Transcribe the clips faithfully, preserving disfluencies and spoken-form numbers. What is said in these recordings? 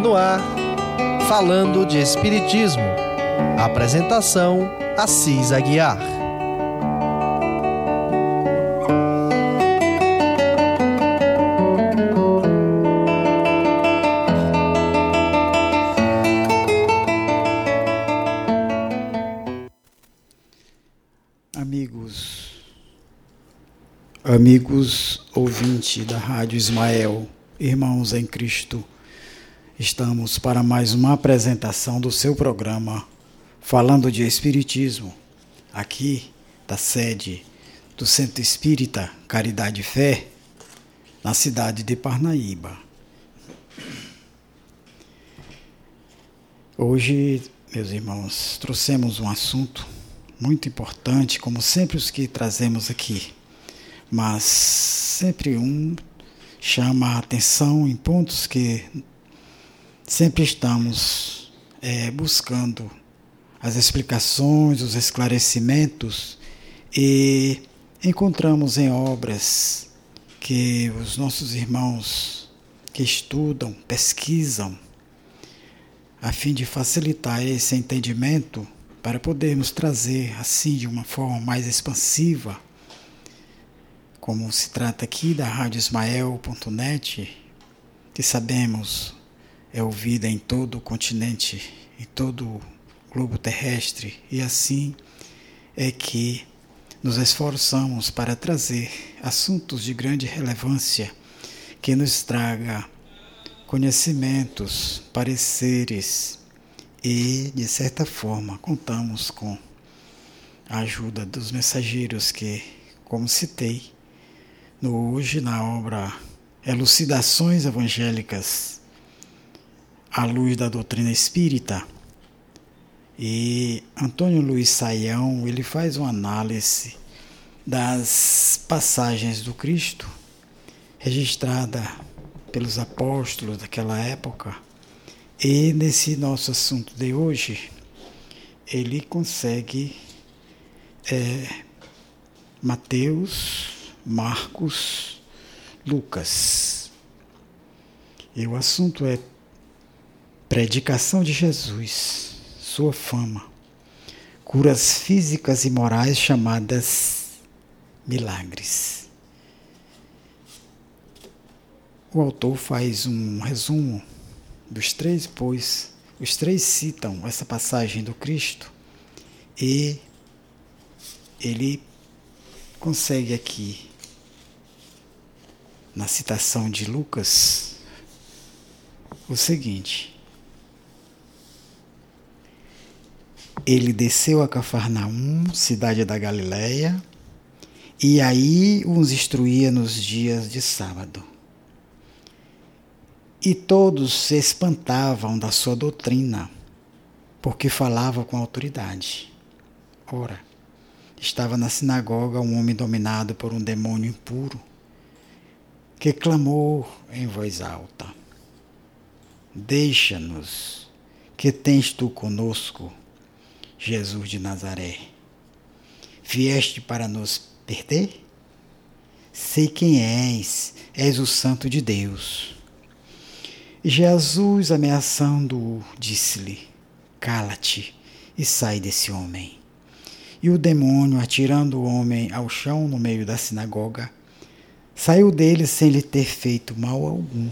no ar, Falando de Espiritismo. Apresentação, Assis Aguiar. Amigos, amigos ouvintes da Rádio Ismael, irmãos em Cristo, estamos para mais uma apresentação do seu programa Falando de Espiritismo, aqui da sede do Centro Espírita Caridade e Fé, na cidade de Parnaíba. Hoje, meus irmãos, trouxemos um assunto muito importante, como sempre os que trazemos aqui, mas sempre um chama a atenção em pontos que sempre estamos é, buscando as explicações, os esclarecimentos, e encontramos em obras que os nossos irmãos que estudam, pesquisam, a fim de facilitar esse entendimento, para podermos trazer assim de uma forma mais expansiva, como se trata aqui da rádio ismael ponto net, que sabemos é ouvida em todo o continente, em todo o globo terrestre, e assim é que nos esforçamos para trazer assuntos de grande relevância que nos traga conhecimentos, pareceres, e, de certa forma, contamos com a ajuda dos mensageiros que, como citei, no hoje na obra Elucidações Evangélicas à Luz da Doutrina Espírita, e Antônio Luiz Saião, ele faz uma análise das passagens do Cristo registrada pelos apóstolos daquela época. E nesse nosso assunto de hoje, ele consegue é, Mateus, Marcos, Lucas. E o assunto é predicação de Jesus, sua fama, curas físicas e morais chamadas milagres. O autor faz um resumo dos três, pois os três citam essa passagem do Cristo, e ele consegue aqui, na citação de Lucas, o seguinte: ele desceu a Cafarnaum, cidade da Galileia, e aí os instruía nos dias de sábado. E todos se espantavam da sua doutrina, porque falava com autoridade. Ora, estava na sinagoga um homem dominado por um demônio impuro, que clamou em voz alta: deixa-nos, que tens tu conosco, Jesus de Nazaré? Vieste para nos perder? Sei quem és, és o Santo de Deus. Jesus, ameaçando-o, disse-lhe: cala-te e sai desse homem. E o demônio, atirando o homem ao chão no meio da sinagoga, saiu dele sem lhe ter feito mal algum.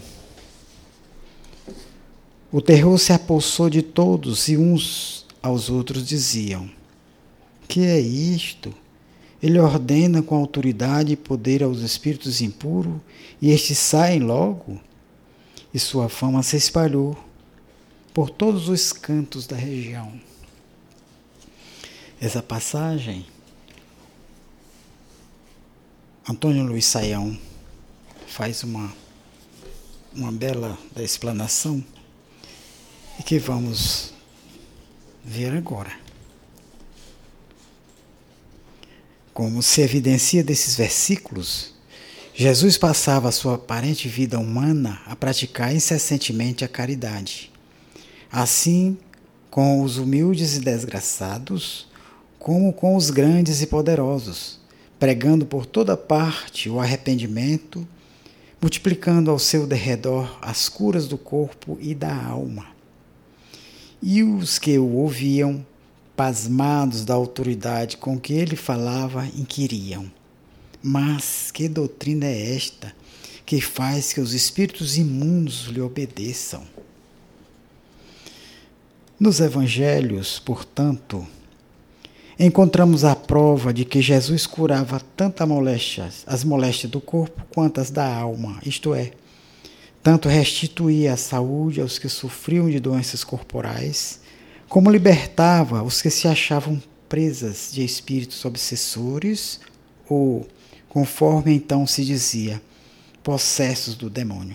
O terror se apossou de todos, e uns aos outros diziam: que é isto? Ele ordena com autoridade e poder aos espíritos impuros, e estes saem logo? E sua fama se espalhou por todos os cantos da região. Essa passagem, Antônio Luiz Saião faz uma, uma bela explanação, e que vamos ver agora. Como se evidencia desses versículos, Jesus passava a sua aparente vida humana a praticar incessantemente a caridade. Assim, com os humildes e desgraçados, como com os grandes e poderosos, pregando por toda parte o arrependimento, multiplicando ao seu derredor as curas do corpo e da alma. E os que o ouviam, pasmados da autoridade com que ele falava, inquiriam: mas que doutrina é esta que faz que os espíritos imundos lhe obedeçam? Nos evangelhos, portanto, encontramos a prova de que Jesus curava tanto moléstias, as moléstias do corpo quanto as da alma, isto é, tanto restituía a saúde aos que sofriam de doenças corporais, como libertava os que se achavam presas de espíritos obsessores ou, conforme então se dizia, possessos do demônio.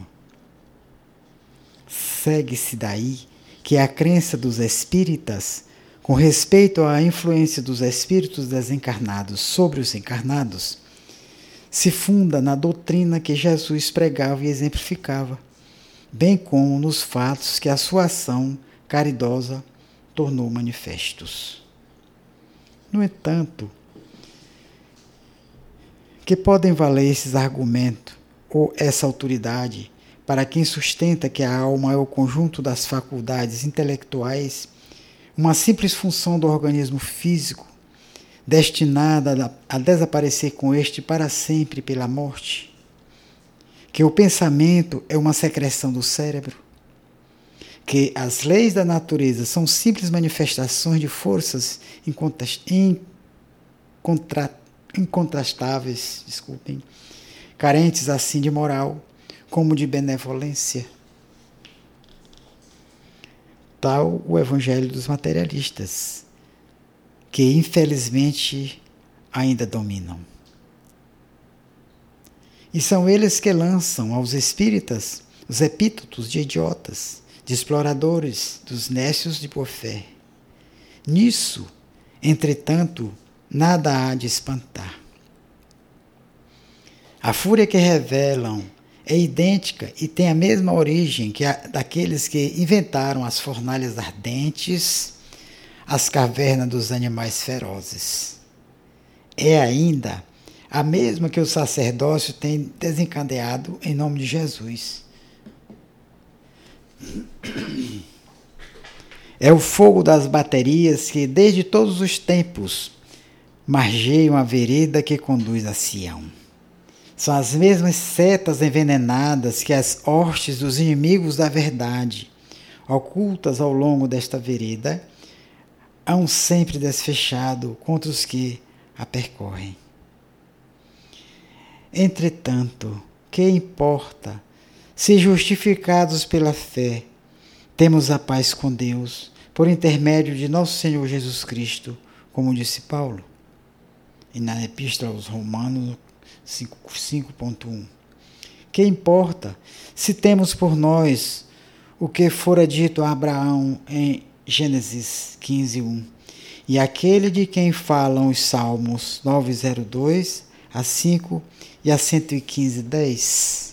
Segue-se daí que a crença dos espíritas, com respeito à influência dos espíritos desencarnados sobre os encarnados, se funda na doutrina que Jesus pregava e exemplificava, bem como nos fatos que a sua ação caridosa tornou manifestos. No entanto, que podem valer esses argumentos ou essa autoridade para quem sustenta que a alma é o conjunto das faculdades intelectuais, uma simples função do organismo físico, destinada a desaparecer com este para sempre pela morte? Que o pensamento é uma secreção do cérebro? Que as leis da natureza são simples manifestações de forças incontrastáveis, desculpem, carentes assim de moral como de benevolência? Tal o evangelho dos materialistas, que infelizmente ainda dominam. E são eles que lançam aos espíritas os epítetos de idiotas, de exploradores, dos nécios de boa fé. Nisso, entretanto, nada há de espantar. A fúria que revelam é idêntica e tem a mesma origem que a daqueles que inventaram as fornalhas ardentes, as cavernas dos animais ferozes. É ainda a mesma que o sacerdócio tem desencadeado em nome de Jesus. É o fogo das baterias que, desde todos os tempos, margeiam a vereda que conduz a Sião. São as mesmas setas envenenadas que as hostes dos inimigos da verdade, ocultas ao longo desta vereda, hão sempre desfechado contra os que a percorrem. Entretanto, que importa, se justificados pela fé, temos a paz com Deus, por intermédio de nosso Senhor Jesus Cristo, como disse Paulo, e na Epístola aos Romanos cinco ponto um. Que importa se temos por nós o que fora dito a Abraão em Gênesis quinze, um, e aquele de quem falam os Salmos novecentos e dois a cinco e a cento e quinze, dez.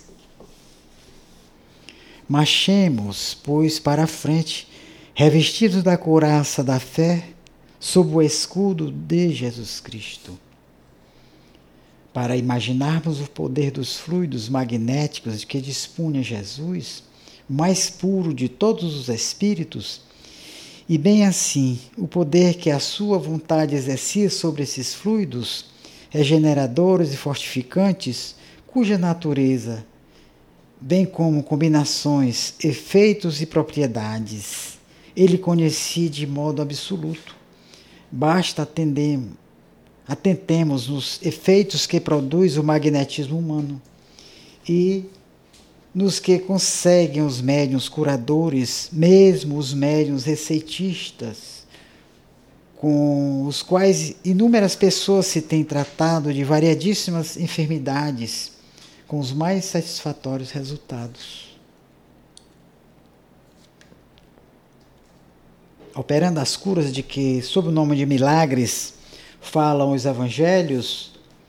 Marchemos, pois, para a frente, revestidos da couraça da fé, sob o escudo de Jesus Cristo. Para imaginarmos o poder dos fluidos magnéticos de que dispunha Jesus, o mais puro de todos os espíritos, e bem assim o poder que a sua vontade exercia sobre esses fluidos, regeneradores e fortificantes, cuja natureza, bem como combinações, efeitos e propriedades, ele conhecia de modo absoluto. Basta atender Atentemos nos efeitos que produz o magnetismo humano e nos que conseguem os médiuns curadores, mesmo os médiuns receitistas, com os quais inúmeras pessoas se têm tratado de variadíssimas enfermidades, com os mais satisfatórios resultados. Operando as curas de que, sob o nome de milagres, falam os evangelhos,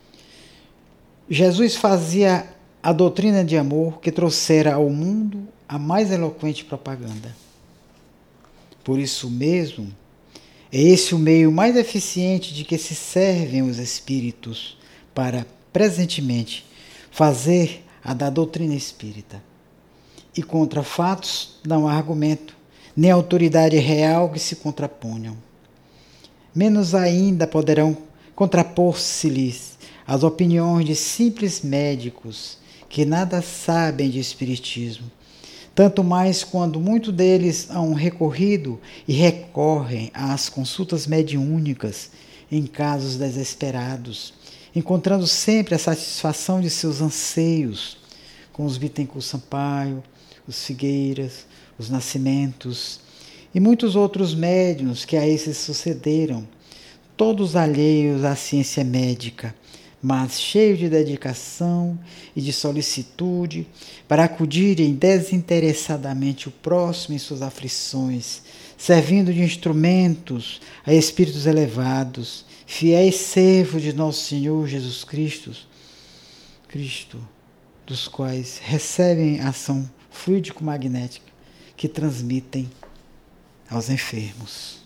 Jesus fazia a doutrina de amor que trouxera ao mundo a mais eloquente propaganda. Por isso mesmo, é esse o meio mais eficiente de que se servem os espíritos para, presentemente, fazer a da doutrina espírita. E contra fatos não há argumento, nem autoridade real que se contraponham. Menos ainda poderão contrapor-se-lhes as opiniões de simples médicos que nada sabem de espiritismo, tanto mais quando muitos deles hão recorrido e recorrem às consultas mediúnicas em casos desesperados, encontrando sempre a satisfação de seus anseios com os Bittencourt Sampaio, os Figueiras, os Nascimentos e muitos outros médiuns que a esses sucederam, todos alheios à ciência médica, mas cheios de dedicação e de solicitude para acudirem desinteressadamente o próximo em suas aflições, servindo de instrumentos a espíritos elevados, fiéis servos de nosso Senhor Jesus Cristo, Cristo, dos quais recebem ação fluídico-magnética que transmitem aos enfermos.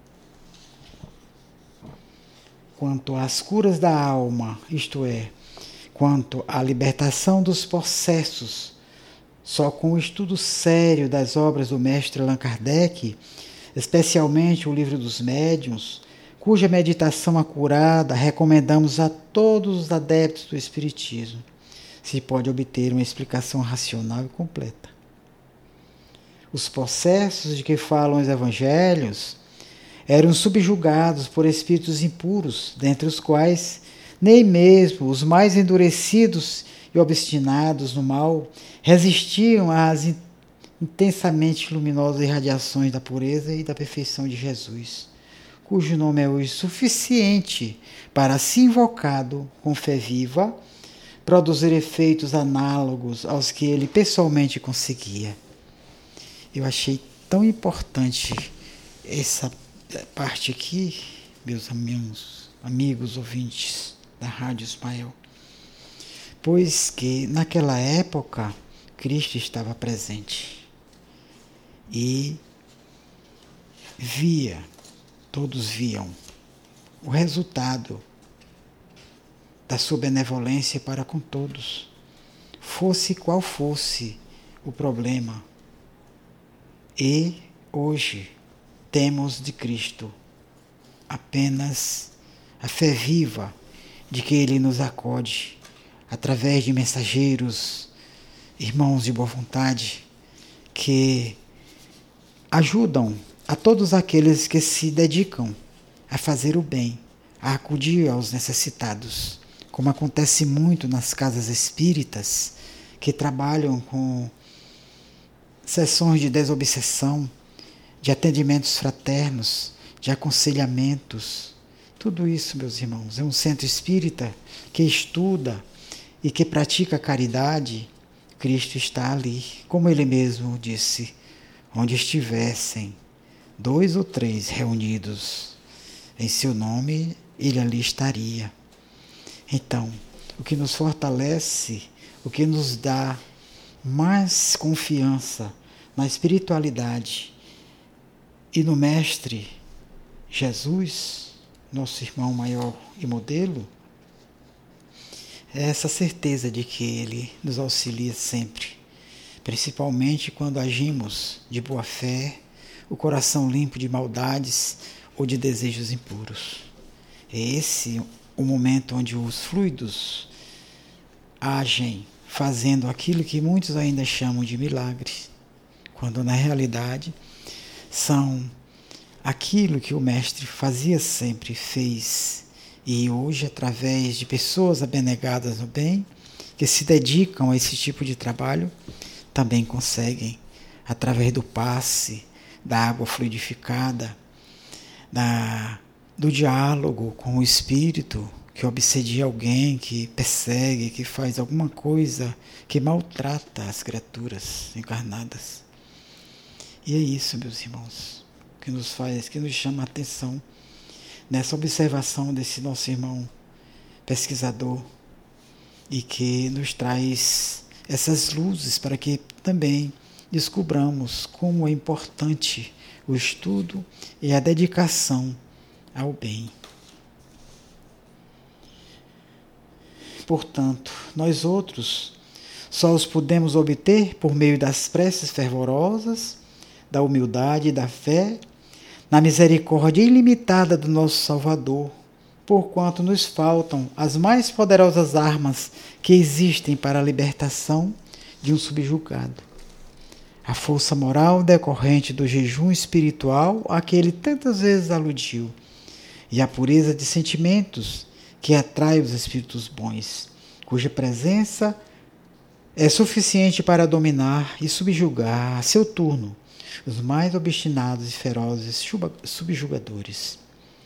Quanto às curas da alma, isto é, quanto à libertação dos possessos, só com o estudo sério das obras do mestre Allan Kardec, especialmente o Livro dos Médiuns, cuja meditação acurada recomendamos a todos os adeptos do Espiritismo, se pode obter uma explicação racional e completa. Os possessos de que falam os evangelhos eram subjugados por espíritos impuros, dentre os quais nem mesmo os mais endurecidos e obstinados no mal resistiam às intensamente luminosas irradiações da pureza e da perfeição de Jesus, cujo nome é hoje suficiente para, se invocado com fé viva, produzir efeitos análogos aos que ele pessoalmente conseguia. Eu achei tão importante essa parte aqui, meus amigos, amigos ouvintes da Rádio Ismael, pois que naquela época Cristo estava presente e via, todos viam o resultado da sua benevolência para com todos, fosse qual fosse o problema. E hoje temos de Cristo apenas a fé viva de que Ele nos acode através de mensageiros, irmãos de boa vontade, que ajudam a todos aqueles que se dedicam a fazer o bem, a acudir aos necessitados, como acontece muito nas casas espíritas, que trabalham com sessões de desobsessão, de atendimentos fraternos, de aconselhamentos. Tudo isso, meus irmãos, é um centro espírita que estuda e que pratica a caridade. Cristo está ali, como ele mesmo disse, onde estivessem dois ou três reunidos em seu nome, ele ali estaria. Então, o que nos fortalece, o que nos dá mais confiança na espiritualidade e no Mestre Jesus, nosso irmão maior e modelo, é essa certeza de que Ele nos auxilia sempre, principalmente quando agimos de boa fé, o coração limpo de maldades ou de desejos impuros. É esse o momento onde os fluidos agem, fazendo aquilo que muitos ainda chamam de milagre, quando na realidade são aquilo que o Mestre fazia sempre, fez, e hoje, através de pessoas abnegadas no bem, que se dedicam a esse tipo de trabalho, também conseguem, através do passe, da água fluidificada, da, do diálogo com o Espírito, que obsedia alguém, que persegue, que faz alguma coisa que maltrata as criaturas encarnadas. E é isso, meus irmãos, que nos faz, que nos chama a atenção nessa observação desse nosso irmão pesquisador e que nos traz essas luzes para que também descubramos como é importante o estudo e a dedicação ao bem. Portanto, nós outros só os podemos obter por meio das preces fervorosas, da humildade e da fé, na misericórdia ilimitada do nosso Salvador, porquanto nos faltam as mais poderosas armas que existem para a libertação de um subjugado. A força moral decorrente do jejum espiritual a que ele tantas vezes aludiu, e a pureza de sentimentos que atrai os espíritos bons, cuja presença é suficiente para dominar e subjugar a seu turno os mais obstinados e ferozes subjugadores.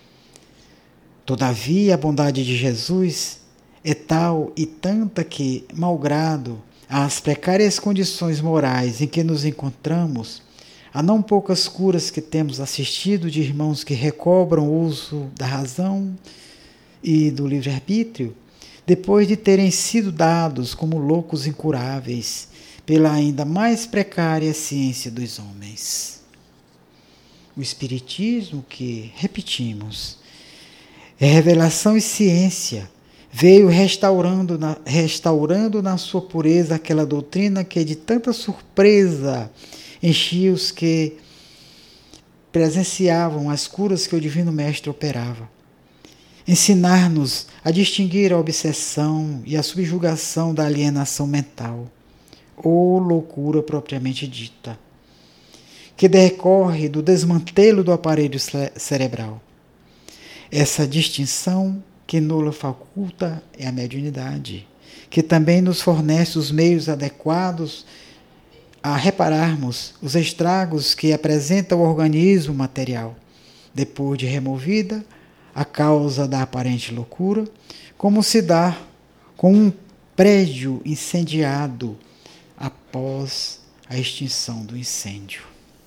Todavia, a bondade de Jesus é tal e tanta que, malgrado as precárias condições morais em que nos encontramos, há não poucas curas que temos assistido de irmãos que recobram o uso da razão e do livre-arbítrio, depois de terem sido dados como loucos incuráveis pela ainda mais precária ciência dos homens. O Espiritismo, que, repetimos, é revelação e ciência, veio restaurando na, restaurando na sua pureza aquela doutrina que de tanta surpresa enchia os que presenciavam as curas que o Divino Mestre operava. Ensinar-nos a distinguir a obsessão e a subjugação da alienação mental, ou loucura propriamente dita, que decorre do desmantelo do aparelho cerebral. Essa distinção que nula faculta é a mediunidade, que também nos fornece os meios adequados a repararmos os estragos que apresenta o organismo material, depois de removida a causa da aparente loucura, como se dá com um prédio incendiado após a extinção do incêndio.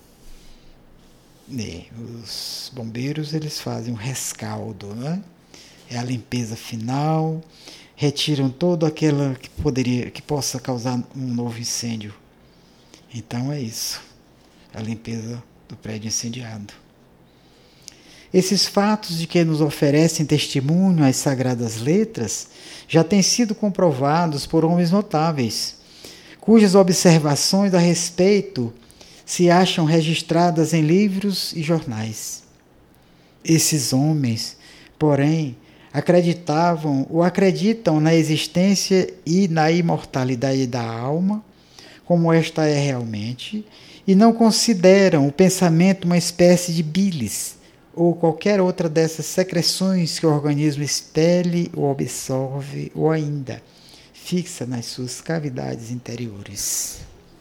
E os bombeiros eles fazem um rescaldo, né? É a limpeza final, retiram todo aquilo que poderia, que possa causar um novo incêndio. Então é isso, a limpeza do prédio incendiado. Esses fatos de que nos oferecem testemunho as sagradas letras já têm sido comprovados por homens notáveis, cujas observações a respeito se acham registradas em livros e jornais. Esses homens, porém, acreditavam ou acreditam na existência e na imortalidade da alma, como esta é realmente, e não consideram o pensamento uma espécie de bilis, ou qualquer outra dessas secreções que o organismo expele ou absorve, ou ainda fixa nas suas cavidades interiores.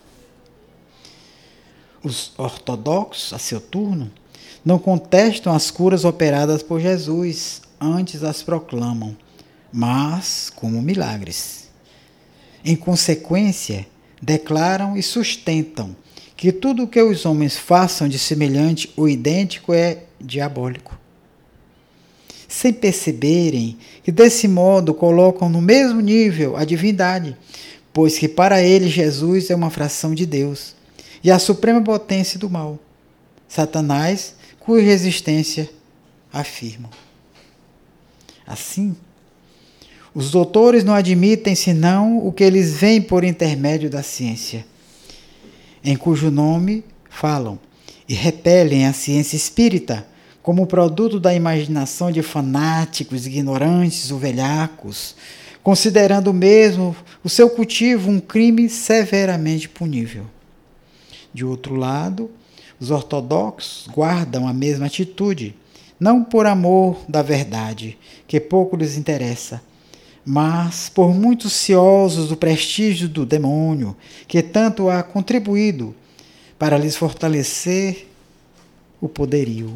Os ortodoxos, a seu turno, não contestam as curas operadas por Jesus, antes as proclamam, mas como milagres. Em consequência, declaram e sustentam que tudo o que os homens façam de semelhante ou idêntico é diabólico, sem perceberem que desse modo colocam no mesmo nível a divindade, pois que para eles Jesus é uma fração de Deus e a suprema potência do mal, Satanás, cuja existência afirmam. Assim, os doutores não admitem senão o que eles veem por intermédio da ciência, em cujo nome falam e repelem a ciência espírita como produto da imaginação de fanáticos, ignorantes ou velhacos, considerando mesmo o seu cultivo um crime severamente punível. De outro lado, os ortodoxos guardam a mesma atitude, não por amor da verdade, que pouco lhes interessa, mas por muito ciosos do prestígio do demônio, que tanto há contribuído para lhes fortalecer o poderio.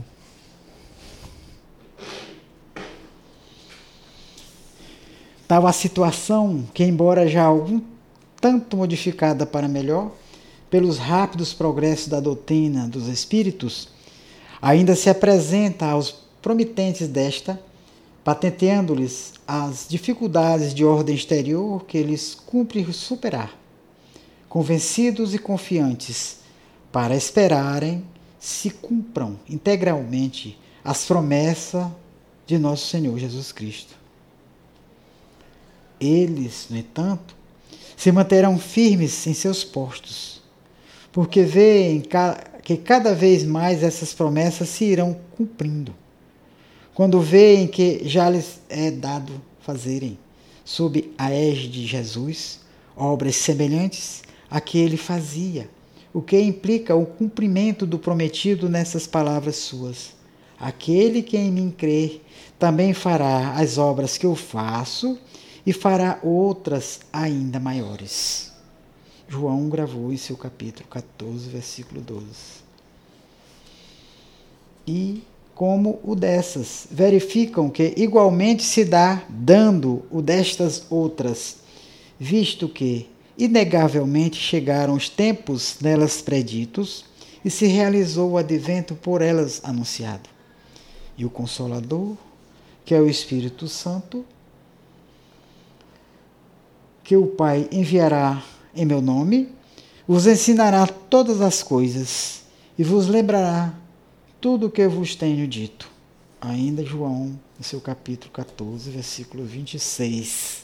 Tal a situação que, embora já algum tanto modificada para melhor, pelos rápidos progressos da doutrina dos espíritos, ainda se apresenta aos promitentes desta, patenteando-lhes as dificuldades de ordem exterior que eles cumpre superar, convencidos e confiantes, para esperarem se cumpram integralmente as promessas de nosso Senhor Jesus Cristo. Eles, no entanto, se manterão firmes em seus postos, porque veem que cada vez mais essas promessas se irão cumprindo. Quando veem que já lhes é dado fazerem, sob a égide de Jesus, obras semelhantes a que ele fazia, o que implica o cumprimento do prometido nessas palavras suas. Aquele que em mim crer também fará as obras que eu faço e fará outras ainda maiores. João gravou em seu capítulo catorze, versículo doze. E como o dessas, verificam que igualmente se dá dando o destas outras, visto que, inegavelmente, chegaram os tempos nelas preditos e se realizou o advento por elas anunciado. E o Consolador, que é o Espírito Santo, que o Pai enviará em meu nome, vos ensinará todas as coisas e vos lembrará tudo o que eu vos tenho dito. Ainda João, no seu capítulo catorze, versículo vinte e seis.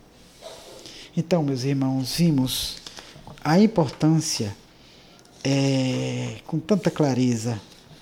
Então, meus irmãos, vimos a importância, é, com tanta clareza,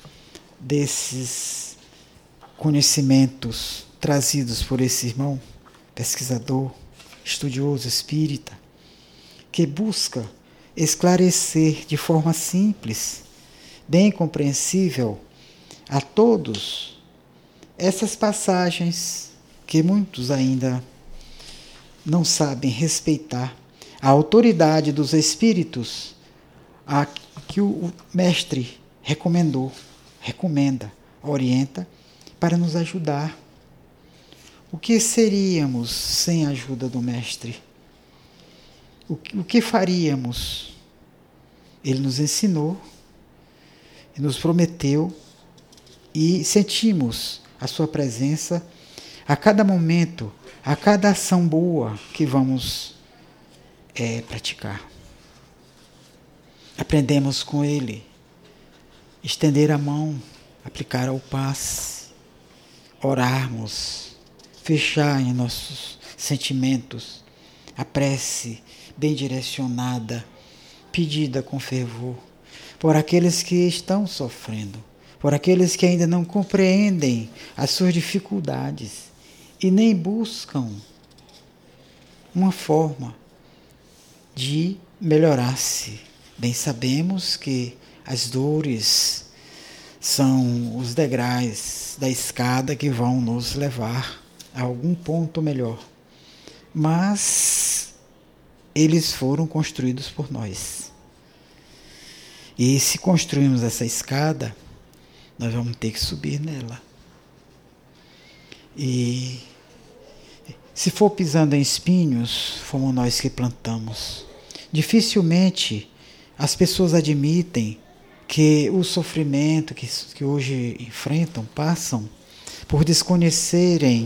desses conhecimentos trazidos por esse irmão, pesquisador, estudioso espírita, que busca esclarecer de forma simples, bem compreensível a todos essas passagens que muitos ainda não sabem respeitar a autoridade dos espíritos a que o mestre recomendou, recomenda, orienta para nos ajudar. O que seríamos sem a ajuda do mestre? O que, o que faríamos? Ele nos ensinou, nos prometeu e sentimos a sua presença a cada momento, a cada ação boa que vamos é, praticar. Aprendemos com ele, estender a mão, aplicar ao passe, orarmos, fechar em nossos sentimentos a prece bem direcionada, pedida com fervor, por aqueles que estão sofrendo, por aqueles que ainda não compreendem as suas dificuldades e nem buscam uma forma de melhorar-se. Bem sabemos que as dores são os degraus da escada que vão nos levar a algum ponto melhor, mas eles foram construídos por nós. E se construirmos essa escada, nós vamos ter que subir nela. E se for pisando em espinhos, fomos nós que plantamos. Dificilmente as pessoas admitem que o sofrimento que, que hoje enfrentam, passam, por desconhecerem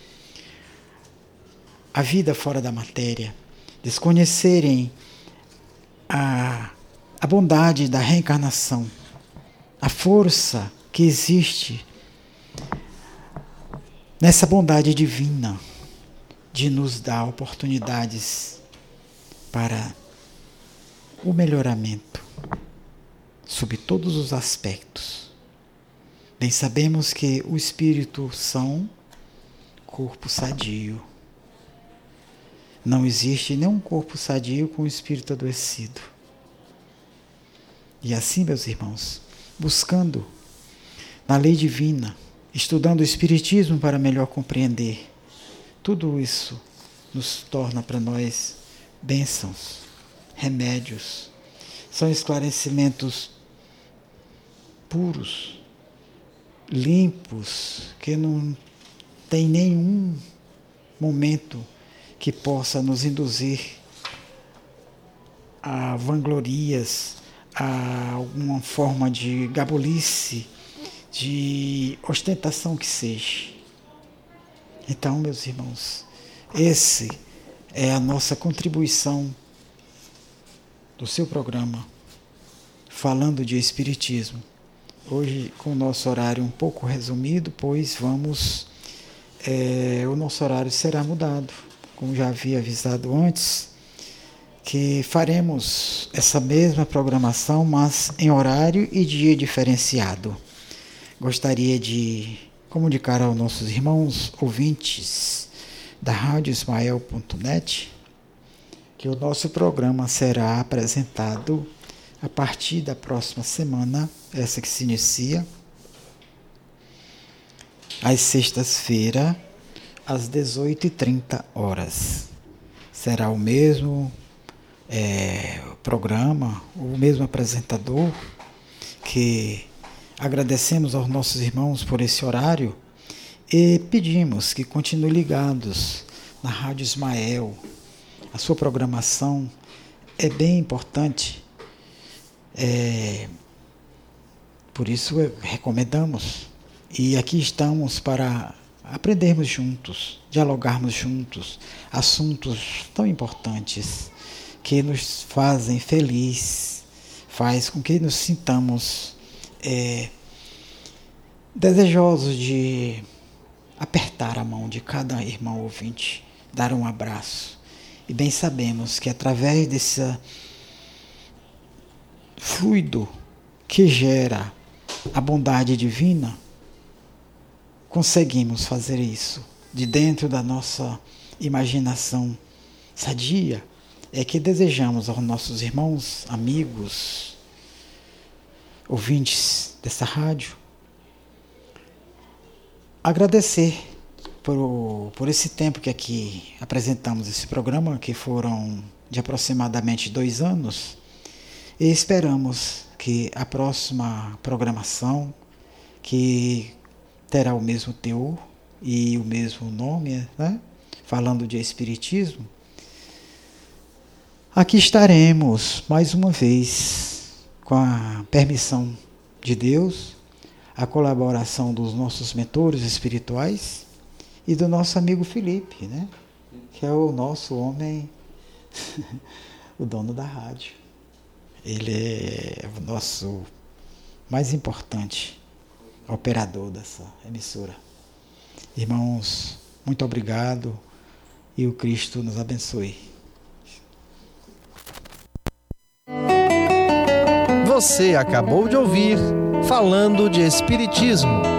a vida fora da matéria, desconhecerem a A bondade da reencarnação, a força que existe nessa bondade divina de nos dar oportunidades para o melhoramento sob todos os aspectos. Bem sabemos que o espírito são corpo sadio. Não existe nenhum corpo sadio com o espírito adoecido. E assim, meus irmãos, buscando na lei divina, estudando o Espiritismo para melhor compreender, tudo isso nos torna para nós bênçãos, remédios, são esclarecimentos puros, limpos, que não tem nenhum momento que possa nos induzir a vanglorias, a alguma forma de gabolice, de ostentação que seja. Então, meus irmãos, esse é a nossa contribuição do seu programa, falando de Espiritismo. Hoje, com o nosso horário um pouco resumido, pois vamos, é, o nosso horário será mudado, como já havia avisado antes. que faremos essa mesma programação, mas em horário e dia diferenciado. Gostaria de comunicar aos nossos irmãos ouvintes da rádio ismael ponto net que o nosso programa será apresentado a partir da próxima semana, essa que se inicia, às sextas-feiras, às dezoito e trinta horas. Será o mesmo é, programa, o mesmo apresentador, que agradecemos aos nossos irmãos por esse horário e pedimos que continuem ligados na Rádio Ismael. A sua programação é bem importante, é, por isso recomendamos. E aqui estamos para aprendermos juntos, dialogarmos juntos, assuntos tão importantes que nos fazem felizes, faz com que nos sintamos é, desejosos de apertar a mão de cada irmão ouvinte, dar um abraço. E bem sabemos que através desse fluido que gera a bondade divina, conseguimos fazer isso de dentro da nossa imaginação sadia. É que desejamos aos nossos irmãos, amigos, ouvintes dessa rádio, agradecer por, por esse tempo que aqui apresentamos esse programa, que foram de aproximadamente dois anos, e esperamos que a próxima programação, que terá o mesmo teor e o mesmo nome, né? Falando de Espiritismo, aqui estaremos mais uma vez com a permissão de Deus, a colaboração dos nossos mentores espirituais e do nosso amigo Felipe, né? Que é o nosso homem, o dono da rádio. Ele é o nosso mais importante operador dessa emissora. Irmãos, muito obrigado e o Cristo nos abençoe. Você acabou de ouvir Falando de Espiritismo,